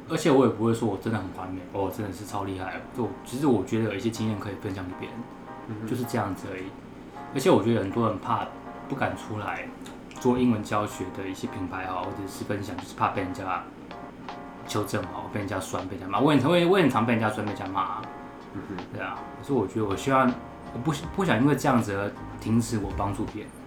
而且我也不会说我真的很完美，真的是超厉害。其实我觉得有一些经验可以分享给别人，就是这样子而已。而且我觉得很多人怕不敢出来做英文教学的一些品牌或者是分享，就是怕被人家纠正被人家酸，被人家骂。我很常被人家酸，被人家骂。对啊，可是我觉得我希望我不想因为这样子而停止我帮助别人。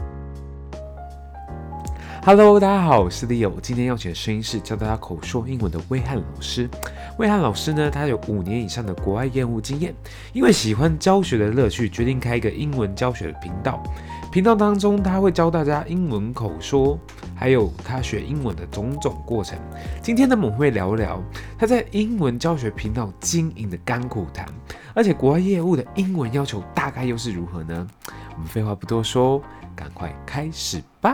Hello， 大家好，我是 Leo。今天邀请的声音是教大家口说英文的威翰老师。威翰老师呢，他有5年以上的国外业务经验，因为喜欢教学的乐趣，决定开一个英文教学的频道。频道当中，他会教大家英文口说，还有他学英文的种种过程。今天呢，我们会聊聊他在英文教学频道经营的甘苦谈，而且国外业务的英文要求大概又是如何呢？我们废话不多说，赶快开始吧。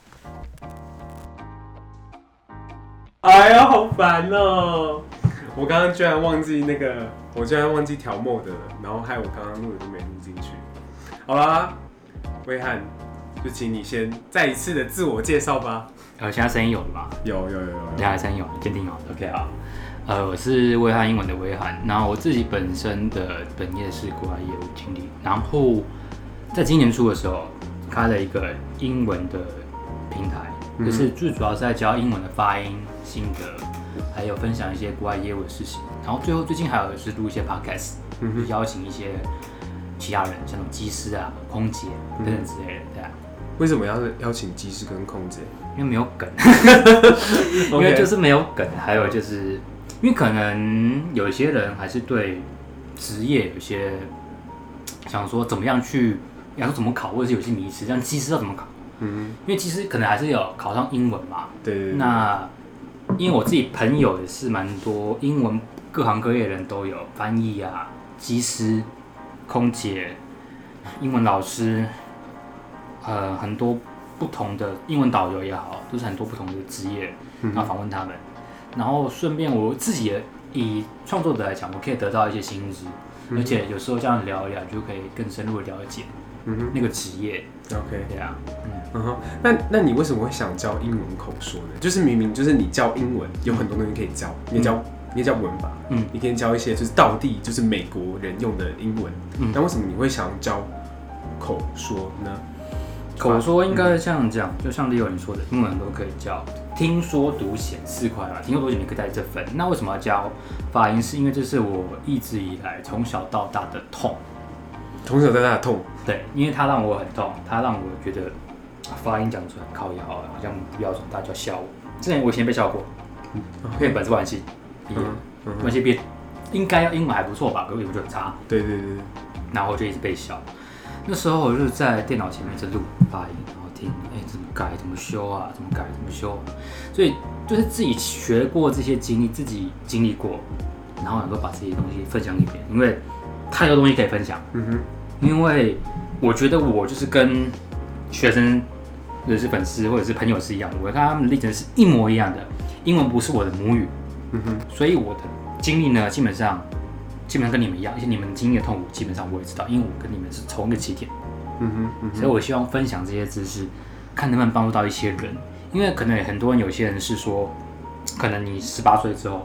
哎呀，好烦哦！我刚刚居然忘记调 mode 了，然后害我刚刚录的都没录进去。好啦，威翰，就请你先再一次的自我介绍吧。 现在声音有了吗？ 有， 现在声音有，监听好 ，OK 啊。我是威翰英文的威翰，然后我自己本身的本业是国外业务经理，然后在今年初的时候开了一个英文的平台，就是最主要是在教英文的发音心得，还有分享一些国外业务的事情。然后最近还有是录一些 podcast，邀请一些其他人，像那种机师啊、空姐等等之类的，对啊。 为什么要邀请机师跟空姐？ 因为没有梗，因为就是没有梗，还有就是因为可能有一些人还是对职业有一些想说怎么样去，要说怎么考，或者是有些迷思，像机师要怎么考？因为机师可能还是有考上英文嘛。 对。 那因为我自己朋友也是蛮多英文各行各业的人都有，翻译啊、机师、空姐、英文老师，很多不同的英文导游也好，都是很多不同的职业，然后访问他们，然后顺便我自己也以创作者来讲，我可以得到一些新知，而且有时候这样聊一聊，就可以更深入的了解那个职业。 OK， 对啊， 那你为什么会想教英文口说呢？就是明明就是你教英文有很多东西可以教，你教文法，你可以教一些就是道地就是美国人用的英文，但为什么你会想教口说呢？ 口说应该像这样，就像 Leo 你说的，英文都可以教，听说读写4块嘛，听说读写你可以带这分。那为什么要教发音？是因为这是我一直以来从小到大的痛。 从小到大的痛？对， 因为它让我很痛，它让我觉得发音讲出来靠腰好像不标准，大家就笑我。之前我以前被笑过，因为本是外文系毕业，外文系毕业应该英文还不错吧，可是我就很差。 对。 然后我就一直被笑。那时候我就在电脑前面一直录发音，然后听，怎么改，怎么修啊，怎么改，怎么修。所以就是自己学过这些经历，自己经历过，然后能够把这些东西分享给别人，因为太多东西可以分享。因为我觉得我就是跟学生或者是粉丝或者是朋友是一样的，我跟他们的历程是一模一样的。英文不是我的母语，所以我的经历呢，基本上跟你们一样，而且你们经历的痛苦，基本上我也知道，因为我跟你们是同一个起点。所以我希望分享这些知识，看能不能帮助到一些人。因为可能很多人，有些人是说，可能你18岁之后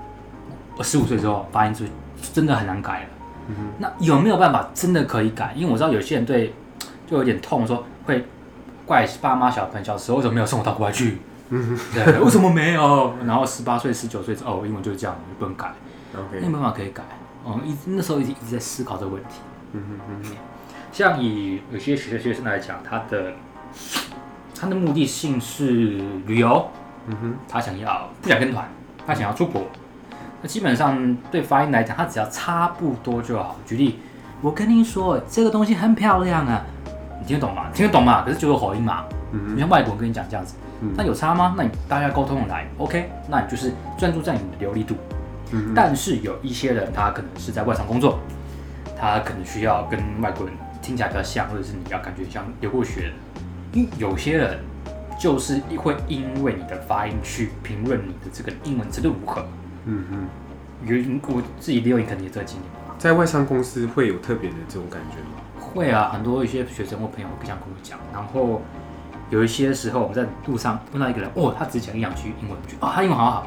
，15岁之后，发音真的很难改了。那有没有办法真的可以改？因为我知道有些人就有点痛，说会怪爸妈小时候为什么没有送我到国外去？对，为什么没有？然后18岁、19岁之后，英文就是这样，你不能改。那有没有办法可以改？那时候一直在思考这个问题。像以有些学生来讲，他的目的性是旅游，他不想跟团，他想要出国。那基本上对发音来讲，他只要差不多就好。举例，我跟您说，这个东西很漂亮啊，你听得懂吗？听得懂嘛？可是就有口音嘛。你像外国人跟你讲这样子，那有差吗？那你大家沟通来 ，OK？ 那你就是专注在你的流利度。但是有一些人，他可能是在外商工作，他可能需要跟外国人听起来比较像，或者是你要感觉像留过学的。因为有些人就是会因为你的发音去评论你的这个英文程度如何。我自己留言肯定有这个经验。 在外商公司会有特别的这种感觉吗？ 会啊，很多一些学生或朋友会这样跟我讲。然后有一些时候我们在路上问到一个人，他只讲1-2句英文，他英文好好，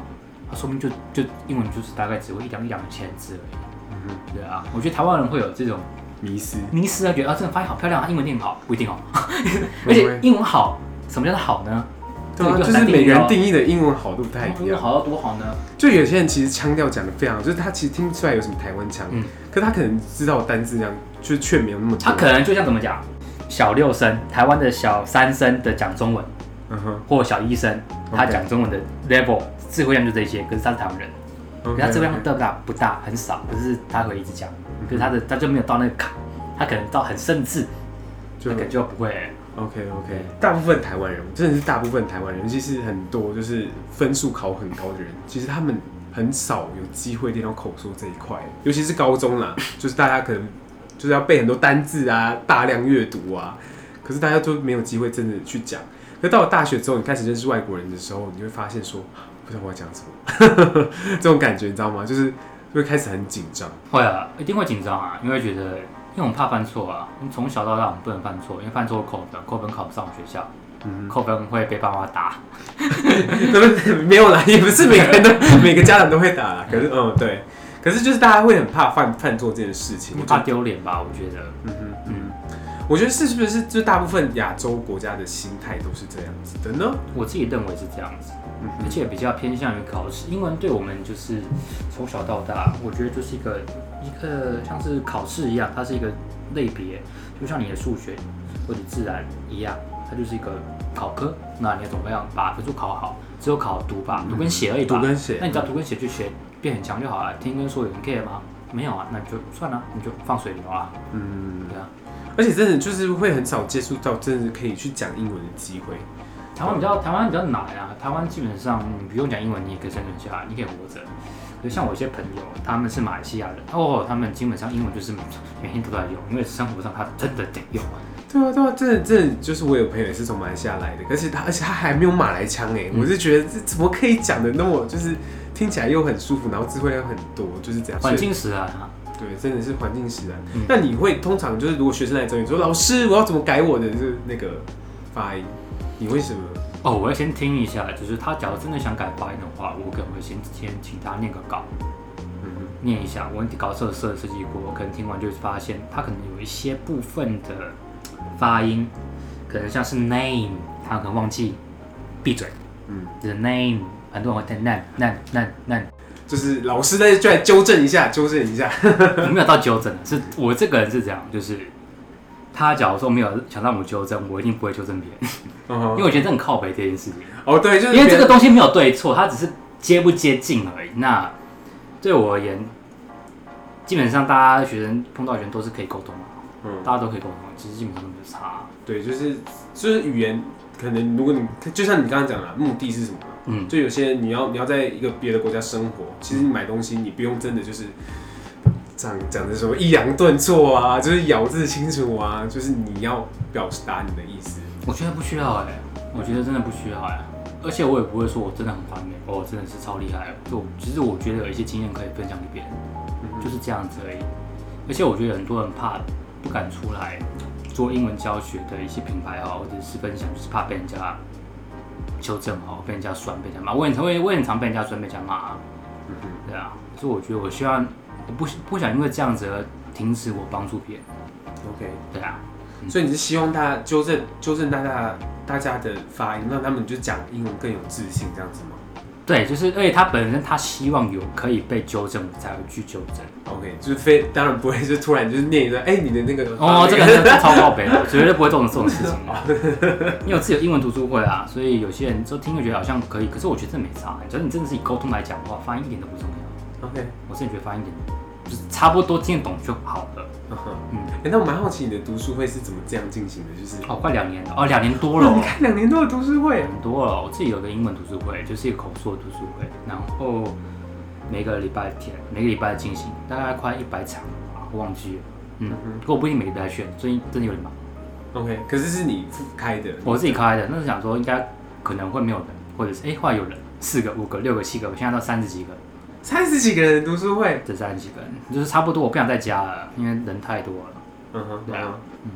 说不定就英文就是大概只会一两千字而已。对啊，我觉得台湾人会有这种迷思啊，觉得啊，这个发音好漂亮啊，英文念好不一定哦。而且英文好，什么叫做好呢？ 对啊，就是每个人定义的英文好都不太一样。 英文好要多好呢？ 就有些人其实腔调讲的非常，就是他其实听出来有什么台湾腔，可他可能知道单字量就却没有那么多。 他可能就像怎么讲，小6生，台湾的小3生的讲中文，或小1生，他讲中文的 level 智慧量就这些，可是他是台湾人，可是他智慧量不大，很少，可是他会一直讲，可是他就没有到那个坎，他可能到很甚至，那个就不会。 OK， 大部分台湾人，真的是大部分台湾人，尤其是很多就是分数考很高的人，其实他们很少有机会练到口说这一块，尤其是高中啦，就是大家可能就是要背很多单字啊，大量阅读啊，可是大家都没有机会真的去讲。可到了大学之后，你开始认识外国人的时候，你会发现说，不知道我要讲什么，这种感觉你知道吗？就是会开始很紧张。 会啊，一定会紧张啊，因为觉得。因为我们怕犯错啊，我们从小到大我们不能犯错，因为犯错扣分，扣分考不上学校，扣分会被爸妈打。 没有啦，也不是每个家长都会打啦。可是对，可是就是大家会很怕犯错这件事情， 怕丢脸吧？我觉得， 我觉得是不是就大部分亚洲国家的心态都是这样子的呢？ 我自己认为是这样子，而且比较偏向于考试。英文对我们就是从小到大，我觉得就是一个像是考试一样，它是一个类别，就像你的数学或者自然一样，它就是一个考科。那你要怎么样把分数考好？只有考读吧，读跟写而已吧。 读跟写， 那你只要读跟写就学变很强就好了。听跟说有人 care 吗？没有啊，那你就算了，你就放水流啊。对啊。 而且真的就是会很少接触到真的可以去讲英文的机会。 台湾比较难啊，台湾基本上你不用讲英文，你也可以生存下来，你可以活着。可是像我一些朋友，他们是马来西亚人，他们基本上英文就是每天都在用，因为生活上他真的得用。 对啊，真的就是我有朋友也是从马来西亚来的，而且他还没有马来腔哎，我是觉得这怎么可以讲的那么就是听起来又很舒服，然后智慧又很多，就是这样。 环境使然啊。 对，真的是环境使然。那你会通常就是如果学生来找你说老师我要怎么改我的那个发音，你会什么？ 我会先听一下，就是他假如真的想改发音的话，我可能会先请他念个稿，念一下。我稿设计过，我可能听完就会发现他可能有一些部分的发音，可能像是 name， 他可能忘记闭嘴，就是 name， 很多人会念 nan。 就是老师在就来纠正一下。 我没有到纠正，是我这个人是这样，就是他假如说没有想让我纠正，我一定不会纠正别人，因为我觉得这很靠北这件事情。 对，就是因为这个东西没有对错，它只是接不接近而已。那对我而言，基本上大家学生碰到学生都是可以沟通的，大家都可以沟通，其实基本上都没有差。 对，就是语言，可能如果你就像你刚刚讲的，目的是什么？就有些你要在一个别的国家生活，其实你买东西你不用真的就是讲的什么抑扬顿挫啊，就是咬字清楚啊，就是你要表达你的意思。 我觉得不需要我觉得真的不需要而且我也不会说我真的很完美，真的是超厉害。其实我觉得有一些经验可以分享给别人，就是这样子而已。而且我觉得很多人怕不敢出来做英文教学的一些品牌或者是分享，就是怕被人家纠正被人家酸，被人家骂。我也很常被人家酸，被人家骂。对啊，所以我觉得我希望我不想因为这样子而停止我帮助别人。 OK， 对啊。 所以你是希望他纠正大家的发音，让他们就讲英文更有自信，这样子吗？ 对，就是而且他本身他希望有可以被纠正，才会去纠正。 OK， 就是当然不会就突然就是念一段，你的那个这个是超高北的，我绝对不会做这种事情。因为我自己有英文读书会啊，所以有些人就听了觉得好像可以，可是我觉得这没差。只要你真的是以沟通来讲的话，发音一点都不重要。 OK， 我自己觉得发音一点就是差不多听得懂就好了。 那我蛮好奇你的读书会是怎么这样进行的，就是快2年了，2年多了。 你看2年多的读书会， 很多了。我自己有个英文读书会，就是一个口说读书会，然后每个礼拜进行，大概快100场吧，我忘记了。不过我不一定每个礼拜选，所以真的有点忙。 OK， 可是你开的， 我自己开的。那是想说应该可能会没有人，或者是后来有人，4个、5个、6个、7个，我现在到30几个。 30几个人的读书会， 这30几个人就是差不多，我不想再加了，因为人太多了。 对啊，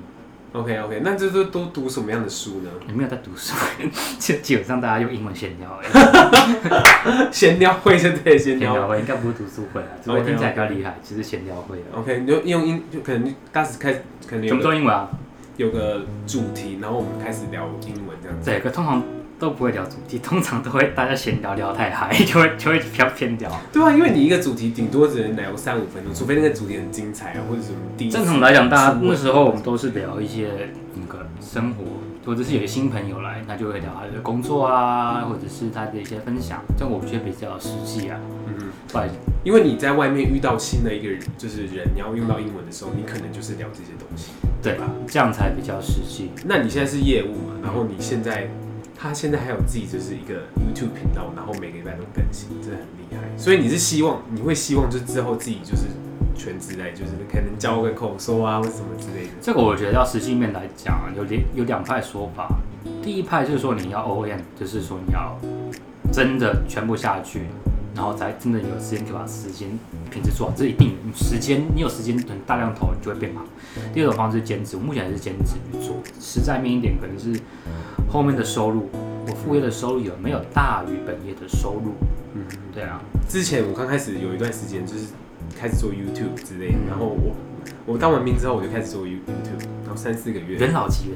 OK， 那这都读什么样的书呢？ 你没有在读书，就基本上大家用英文闲聊而已。 闲聊会就对，闲聊会应该不是读书会啊，只会听起来比较厉害，其实闲聊会。 OK， 你就用就可能当时开始可能怎么说英文啊？ 有个主题，然后我们开始聊英文这样子。 对，可通常都不会聊主题，通常都会大家闲聊太嗨，就会比较偏聊。 对啊，因为你一个主题顶多只能聊3-5分钟，除非那个主题很精彩啊，或者什么第一次。 正常来讲，大家那时候我们都是聊一些那个生活，或者是有些新朋友来，他就会聊他的工作啊，或者是他的一些分享，这我觉得比较实际啊。 因为你在外面遇到新的一个人，就是人，你要用到英文的时候，你可能就是聊这些东西， 对吧？这样才比较实际。 那你现在是业务嘛，然后他现在还有自己就是一个 YouTube 频道，然后每个礼拜都更新，真的很厉害。所以你会希望就之后自己就是全职来，就是可能教个口说啊或什么之类的。 这个我觉得要实际面来讲，有2派说法。第一派就是说你要 OM， 就是说你要真的全部下去，然后才真的有时间可以把时间品质做好，这一定你有时间很大量投，你就会变好。第二种方式是兼职，我目前还是兼职去做，实在面一点，可能是后面的收入，我副业的收入有没有大于本业的收入？对啊。 之前我刚开始有一段时间就是开始做 YouTube 之类的，然后我当完兵之后我就开始做 YouTube， 然后3-4个月。 元老级。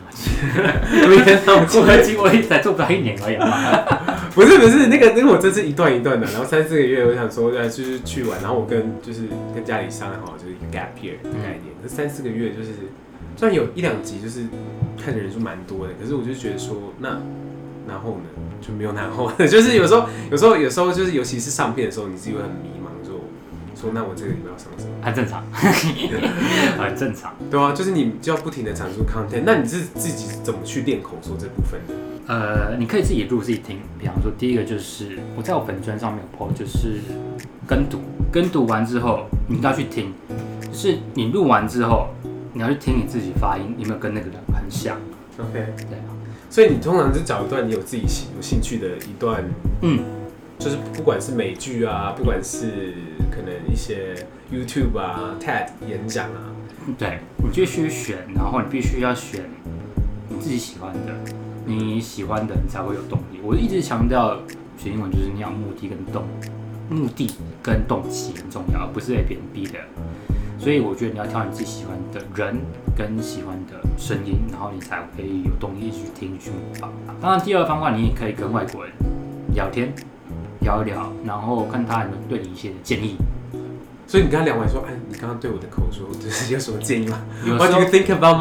我也才做不到1年而已嘛。 不是那个我这是一段一段的，然后3-4个月我想说就是去玩，然后我跟家里商量好就是一个 gap year 的概念。这3-4个月就是虽然有1-2集就是看的人数蛮多的，可是我就觉得说然后呢就没有然后，就是有时候就是尤其是上片的时候，你自己会很迷茫，说那我这个礼拜要上什么？ 很正常，很正常。 对啊，就是你就要不停的产出 content， 那你是自己怎么去练口说这部分的？ 你可以自己录自己听。比方说，第一个就是我在我本专上面有 po， 就是跟读完之后，你要去听，就是你录完之后，你要去听你自己发音，有没有跟那个人很像 ？OK， 对啊。 所以你通常是找一段你有自己有兴趣的一段，就是不管是美剧啊，不管是可能一些 YouTube 啊、TED 演讲啊， 对，你必须选，然后你必须要选你自己喜欢的，你喜欢的你才会有动力。我一直强调学英文就是你要目的跟动机很重要，而不是被别人逼的。所以我觉得你要挑你自己喜欢的人跟喜欢的声音，然后你才可以有动力去听去模仿。当然，第二个方法你也可以跟外国人聊天。聊一聊，然后看他有没有对你一些建议。 所以你跟他聊完说，哎，你刚刚对我的口说，就是有什么建议吗？What 有时候 do you think about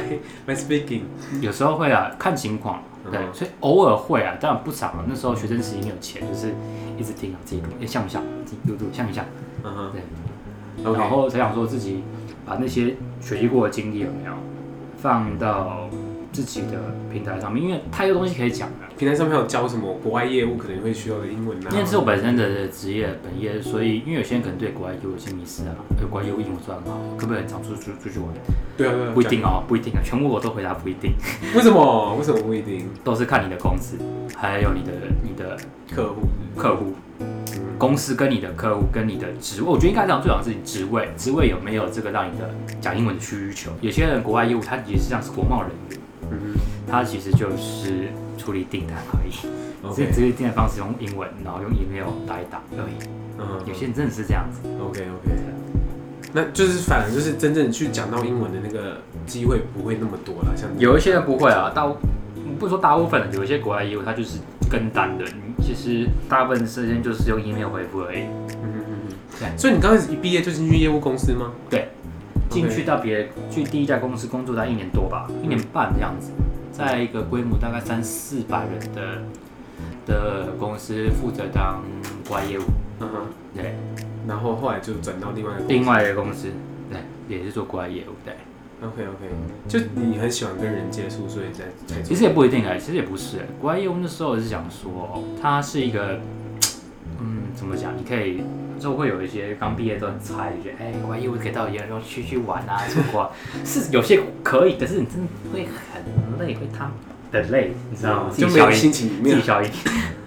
my speaking？ 有时候会啊，看情况，对，所以偶尔会啊，当然不常了。那时候学生时期没有钱，就是一直听啊，自己录，像不像？自己录像一下，对。然后才想说自己把那些学习过的经历有没有放到自己的平台上面，因为太多东西可以讲了。 平台上面有教什么国外业务可能会需要的英文啊？ 因为是我本身的职业本业，所以因为有些人可能对国外业务有些迷思啊，国外业务英文说很好，可不可以很常出去玩？ 对啊， 不一定哦，不一定啊，全部我都回答不一定。 为什么不一定？ 都是看你的公司，还有你的客户，公司跟你的客户跟你的职位，我觉得应该这样最好是你职位有没有这个让你的讲英文的需求？有些人国外业务他也是像是国贸人员，他其实就是处理订单而已，所以这个订单方式用英文，然后用 email 打一打而已。有些人真的是这样子。 OK， 那就是反而就是真正去讲到英文的那个机会不会那么多了，像有一些人不会啊，不说大部分的，有一些国外业务他就是跟单的，其实大部分时间就是用 email 回复而已。 所以你刚开始一毕业就进去业务公司吗？ 对，进去到去第一家公司工作大概1年多吧，1年半的样子，在一个规模大概300-400人的公司负责当国外业务。对。 然后后来就转到另外一个公司， 对，也是做国外业务，对。 OK， 就你很喜欢跟人接触，所以才做。 其实也不一定其实也不是国外业务那时候是想说，它是一个，怎么讲？你可以就会有一些刚毕业都很菜，就觉得国外业务可以到研究去玩啊，出国是有些可以，但是你真的会很累，会他的累，你知道吗？ 就没有心情， 自己消音。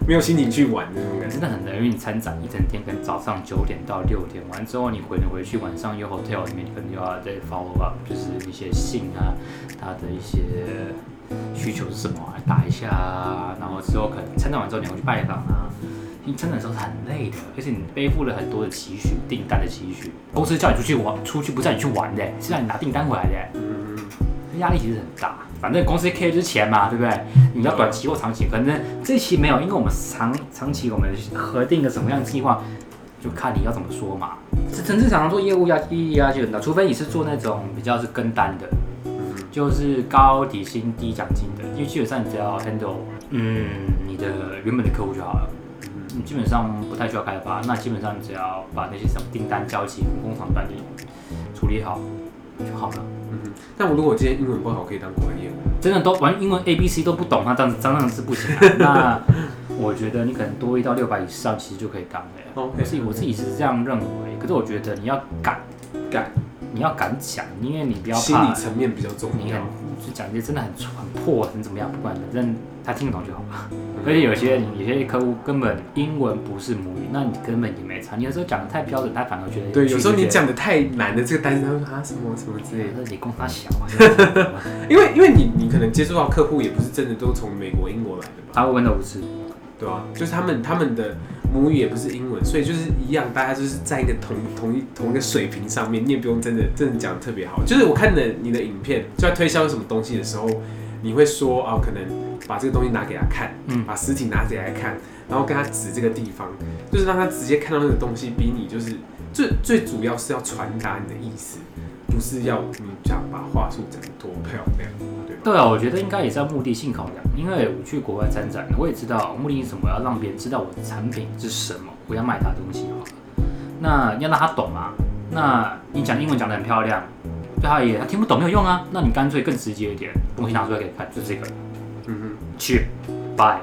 没有心情去玩的那种感觉。 真的很累，因为你参展一整天，可能早上9点到6点，完之后你回去，晚上又 hotel 里面，你可能又要再 follow up，就是一些信啊，他的一些需求是什么啊，打一下啊，然后之后可能参展完之后你会去拜访啊。你参展的时候是很累的，而且你背负了很多的期许，订单的期许。公司叫你出去不叫你去玩的，是让你拿订单回来的。压力其实很大。反正公司 care 就是钱嘛，对不对？你要短期或长期，可能这期没有，因为我们长期我们核定了什么样的计划，就看你要怎么说嘛。正常做业务压力就很大，除非你是做那种比较是跟单的，就是高底薪低奖金的，因为基本上你只要 handle 你的原本的客户就好了。你基本上不太需要开发，那基本上你只要把那些什么订单交期、工厂端点处理好就好了。 但我如果今天英文不好，可以当国外业务？ 真的都玩英文 ABC 都不懂，那当然是不行啊。那我觉得你可能多1到600以上，其实就可以当了。我自己是这样认为，可是我觉得你要敢，你要敢讲，因为你不要怕。 心理层面比较重要。 就讲一些真的很破，很怎么样，不管反正他听得懂就好了。而且有些客户根本英文不是母语，那你根本也没差。你有时候讲的太标准，他反而觉得对，有时候你讲的太难的这个单词，他会说什么之类的。 你供他小啊， 因为你可能接触到客户也不是真的都从美国、英国来的吧？ 大部分都不是， 对啊，就是他们的母语也不是英文，所以就是一样，大家就是在一个同一个水平上面，你也不用真的讲得特别好。就是我看你的影片，就在推销什么东西的时候，你会说可能把这个东西拿给他看，把实体拿给他看，然后跟他指这个地方，就是让他直接看到那个东西，比你就是最主要是要传达你的意思，不是要你想把话术讲得多漂亮，对吧？ 对啊，我觉得应该也是要目的性考量，因为我去国外参展，我也知道目的是什么，要让别人知道我的产品是什么，我要卖他的东西好了。那要让他懂嘛？那你讲英文讲得很漂亮，对他他听不懂没有用啊，那你干脆更直接一点，东西拿出来给他看，就是这个。Cheap, buy,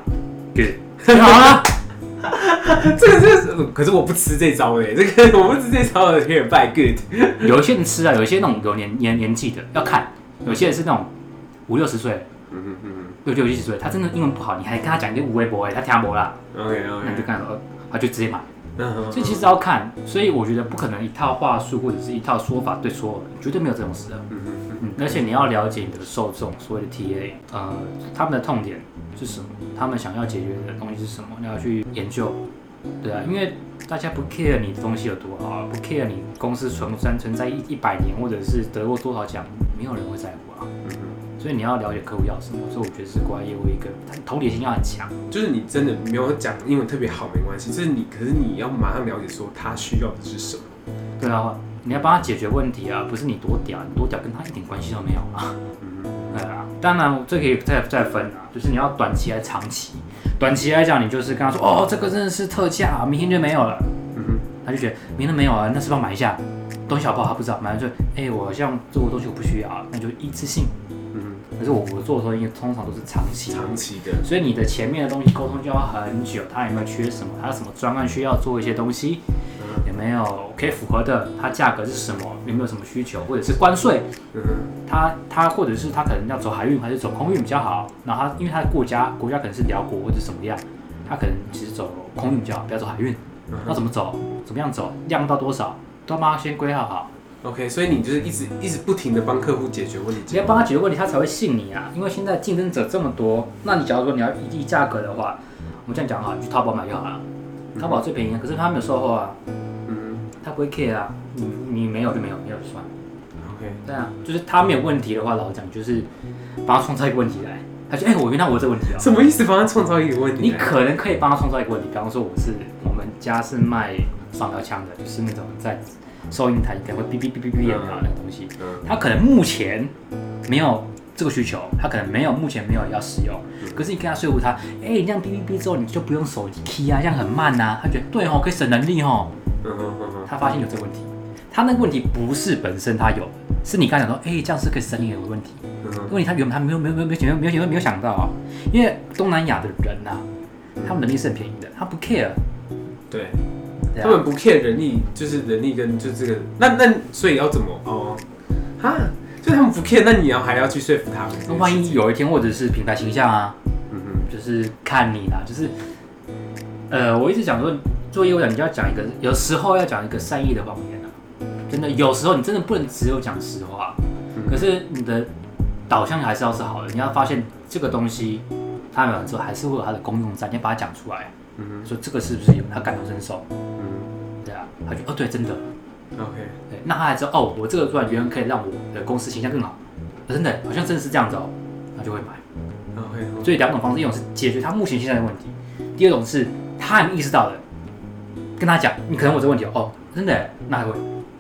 good， 好了。 这个，可是我不吃这招的，这个我不吃这招的 ，here buy good。 有一些人吃啊，有一些那种有年纪的要看，有些人是那种50、60岁，60、70岁，他真的英文不好，你还跟他讲一些无微博，他听不啦。 OK， 那你就看他就直接买。所以其实要看，所以我觉得不可能一套话术或者是一套说法对所有人，绝对没有这种事的。而且你要了解你的受众，所谓的 TA，他们的痛点是什么，他们想要解决的东西是什么，你要去研究。对啊，因为大家不 care 你的东西有多好，不 care 你公司存在100年，或者是得过多少奖，没有人会在乎啊。所以你要了解客户要什么，所以我觉得是国外业务一个同理心要很强。 就是你真的没有讲英文特别好没关系，可是你要马上了解说他需要的是什么。 对啊，你要帮他解决问题啊，不是你多屌跟他一点关系都没有啊。对啊，当然这可以再分啊，就是你要短期还是长期。短期来讲，你就是跟他说这个真的是特价，明天就没有了。他就觉得明天没有了，那是不是要买一下？东西好不好他不知道，买完就我好像这个东西我不需要，那就一次性。可是我做的时候，因为通常都是长期的，所以你的前面的东西沟通就要很久，他有没有缺什么，他有什么专案需要做一些东西，有没有可以符合的，它价格是什么，有没有什么需求，或者是关税，他或者是他可能要走海运还是走空运比较好，然后因为他的国家可能是辽国或者什么样，他可能其实走空运比较好，不要走海运，要怎么走，怎么样走，量到多少，都要帮他先规划好。 OK， 所以你就是一直不停的帮客户解决问题， 你要帮他解决问题，他才会信你啊。因为现在竞争者这么多，那你假如说你要议价格的话，我们这样讲哈，去淘宝买就好了。淘宝最便宜，可是他没有售后啊，他不会 care 啊，你没有就没有就算。 OK， 对啊，就是他没有问题的话，老实讲就是帮他创造一个问题来。他就我原来我有这个问题啊。 什么意思？帮他创造一个问题？ 你可能可以帮他创造一个问题，比方说我们家是卖扫描枪的，就是那种在收银台可能会哔哔哔哔哔的那个东西，他可能目前没有这个需求，他可能目前没有要使用，可是你跟他说服他，你这样哔哔哔之后你就不用手机 key 啊，这样很慢啊，他觉得对可以省人力他发现有这个问题，他那个问题不是本身他有，是你刚才讲说，这样是可以省力的问题，问题他原本他没有想到啊，因为东南亚的人啊，他们能力是很便宜的，他不 care， 对。他们不 care 人力，就是人力跟就这个，那所以要怎么就他们不 care， 那你还要去说服他们。 那万一有一天或者是品牌形象啊，就是看你啦，就是我一直讲说，做业务员你就要讲一个，有时候要讲一个善意的谎言啊。真的，有时候你真的不能只有讲实话，可是你的导向还是要是好的。你要发现这个东西，它买完之后还是会有它的功用在，你要把它讲出来。说这个是不是有他感同身受？对啊，他觉得对，真的。 OK， 对，那他还知道我这个突然原来可以让我的公司形象更好，真的好像真的是这样子他就会买。 OK， 所以2种方式，一种是解决他目前现在的问题，第二种是他还没意识到的，跟他讲，你可能有这个问题真的，那还会。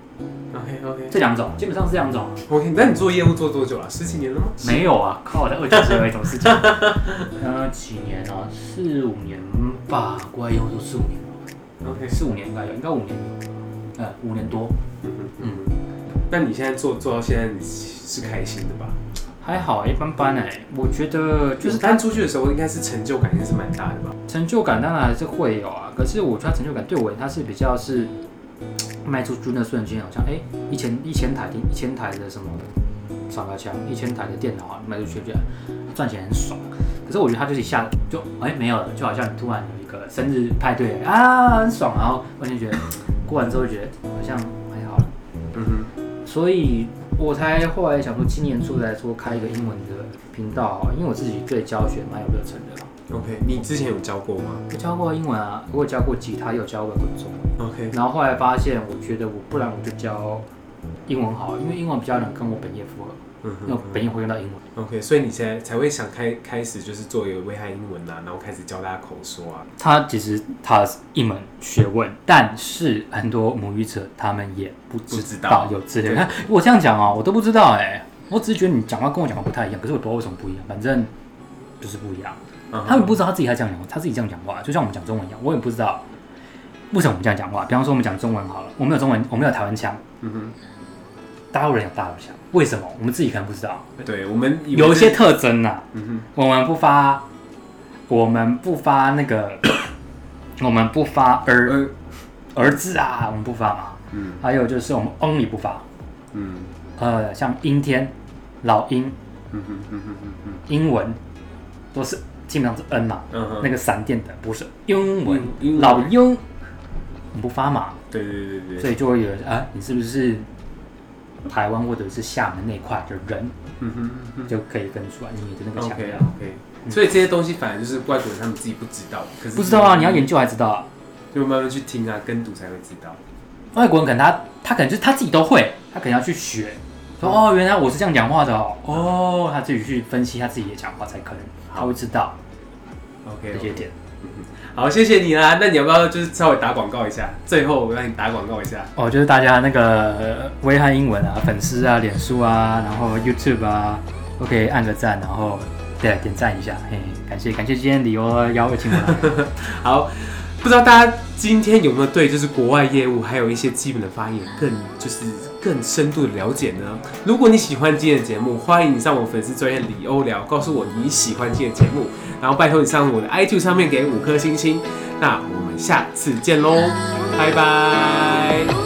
OK， 这2种基本上是这2种。 OK， 那你做业务做多久了？10几年了吗？ 没有啊，靠，我在29岁有一种事情。几年啊？4、5年吧，国外业务都4、5年了。 OK， 4、5年应该5年有，5年多。 那你现在做到现在，你是开心的吧？ 还好，一般般我觉得就是搬出去的时候，应该是成就感也是蛮大的吧？ 成就感当然还是会有啊，可是我觉得成就感对我它是比较是卖出去那瞬间，好像1000台的什么扫描枪，1000台的电脑卖出去，赚钱很爽。可是我觉得它就是一下就没有了，就好像你突然有一个生日派对很爽，然后完全觉得过完之后觉得好像还好了。所以我才后来想说，今年出来说开一个英文的频道，因为我自己对教学蛮有热忱的。 OK， 你之前有教过吗？ 我教过英文啊，我有教过吉他，也有教过中文。 OK， 然后后来发现，我觉得不然我就教英文好了，因为英文比较能跟我本业符合。因为我本业会用到英文。 OK， 所以你现在才会想开始就是做一个威汉英文然后开始教大家口说啊。 它其实它是一门学问，但是很多母语者他们也不知道有这些。我这样讲我都不知道我只是觉得你讲话跟我讲话不太一样，可是我不知道为什么不一样，反正就是不一样。他们不知道他自己这样讲话，他自己这样讲话，就像我们讲中文一样，我也不知道为什么我们这样讲话。比方说我们讲中文好了，我们有中文，我们有台湾腔，大陆人有大陆腔，为什么？我们自己可能不知道。 对，我们有一些特征我们不发那个，我们不发儿子啊，我们不发嘛。还有就是我们 only 不发。像阴天、老鹰，英文都是基本上是 n 嘛，那个闪电的不是英文，老鹰我们不发嘛。 对， 所以就会有人你是不是台湾或者是厦门那块的人，就可以分出来你的那个腔调。 OK， 所以这些东西反而就是外国人他们自己不知道，可是不知道啊，你要研究才知道就慢慢去听跟读才会知道。 外国人可能他可能就是他自己都会，他可能要去学，说原来我是这样讲话的他自己去分析他自己的讲话才可能他会知道 OK 这些点。 好，谢谢你啦。那你要不要就是稍微打广告一下？最后我让你打广告一下。 就是大家那个威汉英文粉丝啊、脸书啊，然后 YouTube 啊，都可以按个赞，然后点赞一下，感谢今天李欧邀请我来。 好，不知道大家今天有没有对就是国外业务还有一些基本的发言更深度的了解呢？如果你喜欢今天的节目，欢迎你上我粉丝专页李欧聊，告诉我你喜欢今天的节目，然后拜托你上我的 iTunes 上面给5颗星星。那我们下次见喽，拜拜。